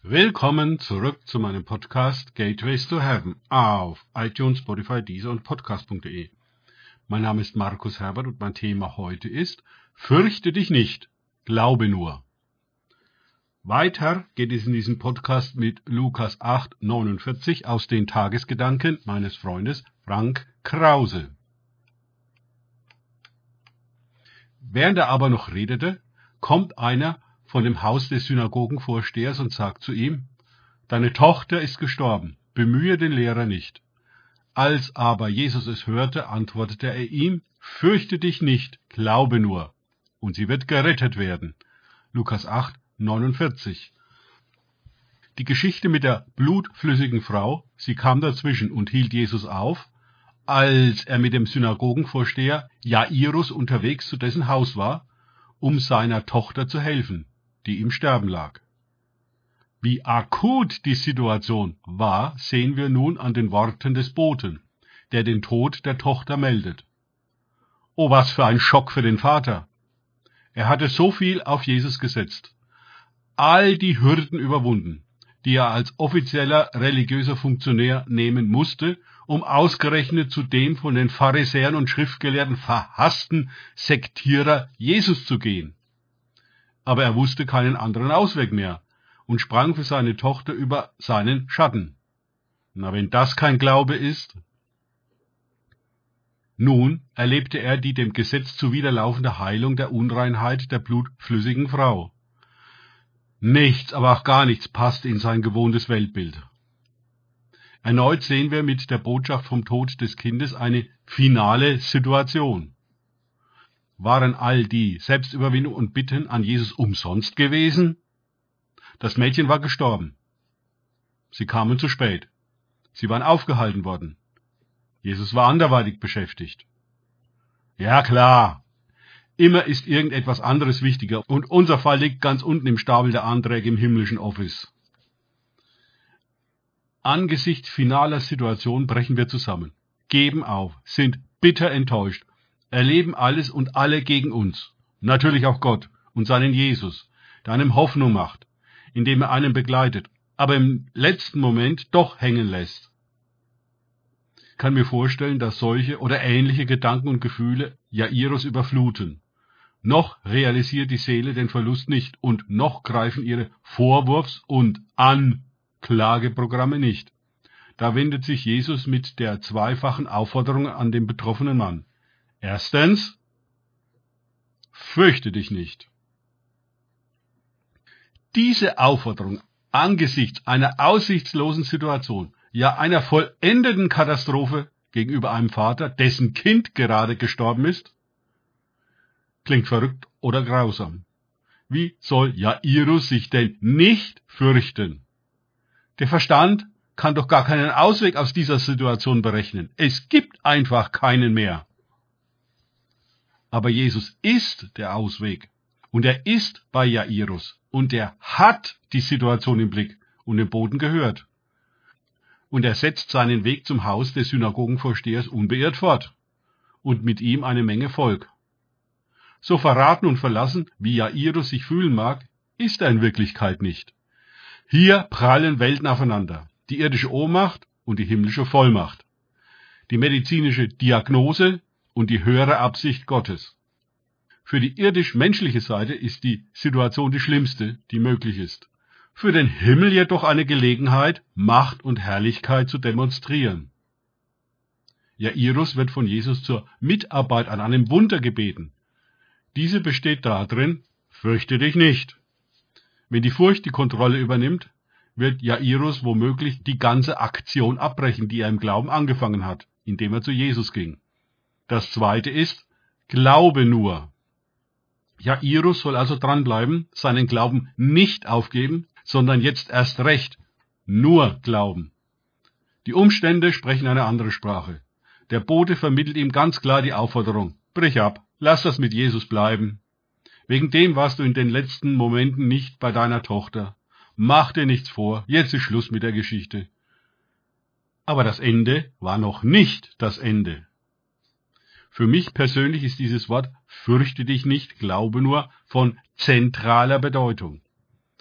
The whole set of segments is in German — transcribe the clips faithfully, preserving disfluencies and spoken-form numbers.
Willkommen zurück zu meinem Podcast Gateways to Heaven auf iTunes, Spotify, Deezer und Podcast punkt de. Mein Name ist Markus Herbert und mein Thema heute ist: Fürchte dich nicht, glaube nur. Weiter geht es in diesem Podcast mit Lukas acht neunundvierzig aus den Tagesgedanken meines Freundes Frank Krause. Während er aber noch redete, kommt einer von dem Haus des Synagogenvorstehers und sagt zu ihm: Deine Tochter ist gestorben, bemühe den Lehrer nicht. Als aber Jesus es hörte, antwortete er ihm: Fürchte dich nicht, glaube nur, und sie wird gerettet werden. Lukas acht neunundvierzig. Die Geschichte mit der blutflüssigen Frau, sie kam dazwischen und hielt Jesus auf, als er mit dem Synagogenvorsteher Jairus unterwegs zu dessen Haus war, um seiner Tochter zu helfen, die im Sterben lag. Wie akut die Situation war, sehen wir nun an den Worten des Boten, der den Tod der Tochter meldet. Oh, was für ein Schock für den Vater! Er hatte so viel auf Jesus gesetzt, all die Hürden überwunden, die er als offizieller religiöser Funktionär nehmen musste, um ausgerechnet zu dem von den Pharisäern und Schriftgelehrten verhassten Sektierer Jesus zu gehen. Aber er wusste keinen anderen Ausweg mehr und sprang für seine Tochter über seinen Schatten. Na, wenn das kein Glaube ist. Nun erlebte er die dem Gesetz zuwiderlaufende Heilung der Unreinheit der blutflüssigen Frau. Nichts, aber auch gar nichts passte in sein gewohntes Weltbild. Erneut sehen wir mit der Botschaft vom Tod des Kindes eine finale Situation. Waren all die Selbstüberwindung und Bitten an Jesus umsonst gewesen? Das Mädchen war gestorben. Sie kamen zu spät. Sie waren aufgehalten worden. Jesus war anderweitig beschäftigt. Ja klar, immer ist irgendetwas anderes wichtiger und unser Fall liegt ganz unten im Stapel der Anträge im himmlischen Office. Angesichts finaler Situation brechen wir zusammen, geben auf, sind bitter enttäuscht, erleben alles und alle gegen uns, natürlich auch Gott und seinen Jesus, der einem Hoffnung macht, indem er einen begleitet, aber im letzten Moment doch hängen lässt. Ich kann mir vorstellen, dass solche oder ähnliche Gedanken und Gefühle Jairus überfluten. Noch realisiert die Seele den Verlust nicht und noch greifen ihre Vorwurfs- und Anklageprogramme nicht. Da wendet sich Jesus mit der zweifachen Aufforderung an den betroffenen Mann. Erstens, fürchte dich nicht. Diese Aufforderung angesichts einer aussichtslosen Situation, ja einer vollendeten Katastrophe gegenüber einem Vater, dessen Kind gerade gestorben ist, klingt verrückt oder grausam. Wie soll Jairus sich denn nicht fürchten? Der Verstand kann doch gar keinen Ausweg aus dieser Situation berechnen. Es gibt einfach keinen mehr. Aber Jesus ist der Ausweg und er ist bei Jairus und er hat die Situation im Blick und den Boten gehört. Und er setzt seinen Weg zum Haus des Synagogenvorstehers unbeirrt fort und mit ihm eine Menge Volk. So verraten und verlassen, wie Jairus sich fühlen mag, ist er in Wirklichkeit nicht. Hier prallen Welten aufeinander, die irdische Ohnmacht und die himmlische Vollmacht, die medizinische Diagnose und die höhere Absicht Gottes. Für die irdisch-menschliche Seite ist die Situation die schlimmste, die möglich ist. Für den Himmel jedoch eine Gelegenheit, Macht und Herrlichkeit zu demonstrieren. Jairus wird von Jesus zur Mitarbeit an einem Wunder gebeten. Diese besteht darin: Fürchte dich nicht. Wenn die Furcht die Kontrolle übernimmt, wird Jairus womöglich die ganze Aktion abbrechen, die er im Glauben angefangen hat, indem er zu Jesus ging. Das zweite ist: Glaube nur. Jairus soll also dranbleiben, seinen Glauben nicht aufgeben, sondern jetzt erst recht nur glauben. Die Umstände sprechen eine andere Sprache. Der Bote vermittelt ihm ganz klar die Aufforderung: Brich ab, lass das mit Jesus bleiben. Wegen dem warst du in den letzten Momenten nicht bei deiner Tochter. Mach dir nichts vor, jetzt ist Schluss mit der Geschichte. Aber das Ende war noch nicht das Ende. Für mich persönlich ist dieses Wort fürchte dich nicht, glaube nur von zentraler Bedeutung.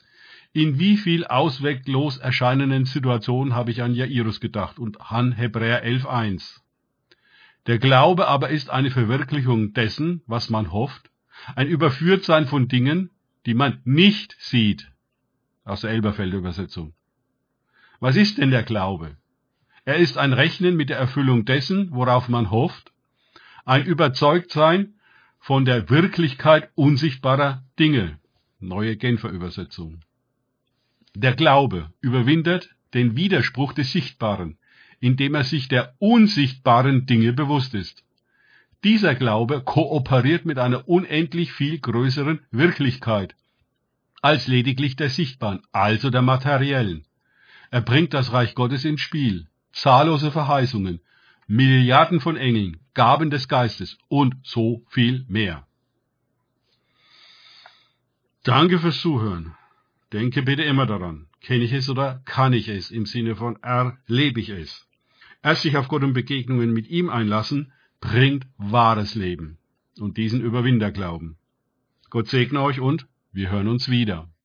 In wie viel ausweglos erscheinenden Situationen habe ich an Jairus gedacht und an Hebräer elf eins. Der Glaube aber ist eine Verwirklichung dessen, was man hofft, ein Überführtsein von Dingen, die man nicht sieht, aus der Elberfelder Übersetzung. Was ist denn der Glaube? Er ist ein Rechnen mit der Erfüllung dessen, worauf man hofft, ein Überzeugtsein von der Wirklichkeit unsichtbarer Dinge, neue Genfer Übersetzung. Der Glaube überwindet den Widerspruch des Sichtbaren, indem er sich der unsichtbaren Dinge bewusst ist. Dieser Glaube kooperiert mit einer unendlich viel größeren Wirklichkeit als lediglich der sichtbaren, also der materiellen. Er bringt das Reich Gottes ins Spiel, zahllose Verheißungen, Milliarden von Engeln, Gaben des Geistes und so viel mehr. Danke fürs Zuhören. Denke bitte immer daran, kenne ich es oder kann ich es, im Sinne von erlebe ich es. Erst sich auf Gott und Begegnungen mit ihm einlassen, bringt wahres Leben und diesen Überwinderglauben. Gott segne euch und wir hören uns wieder.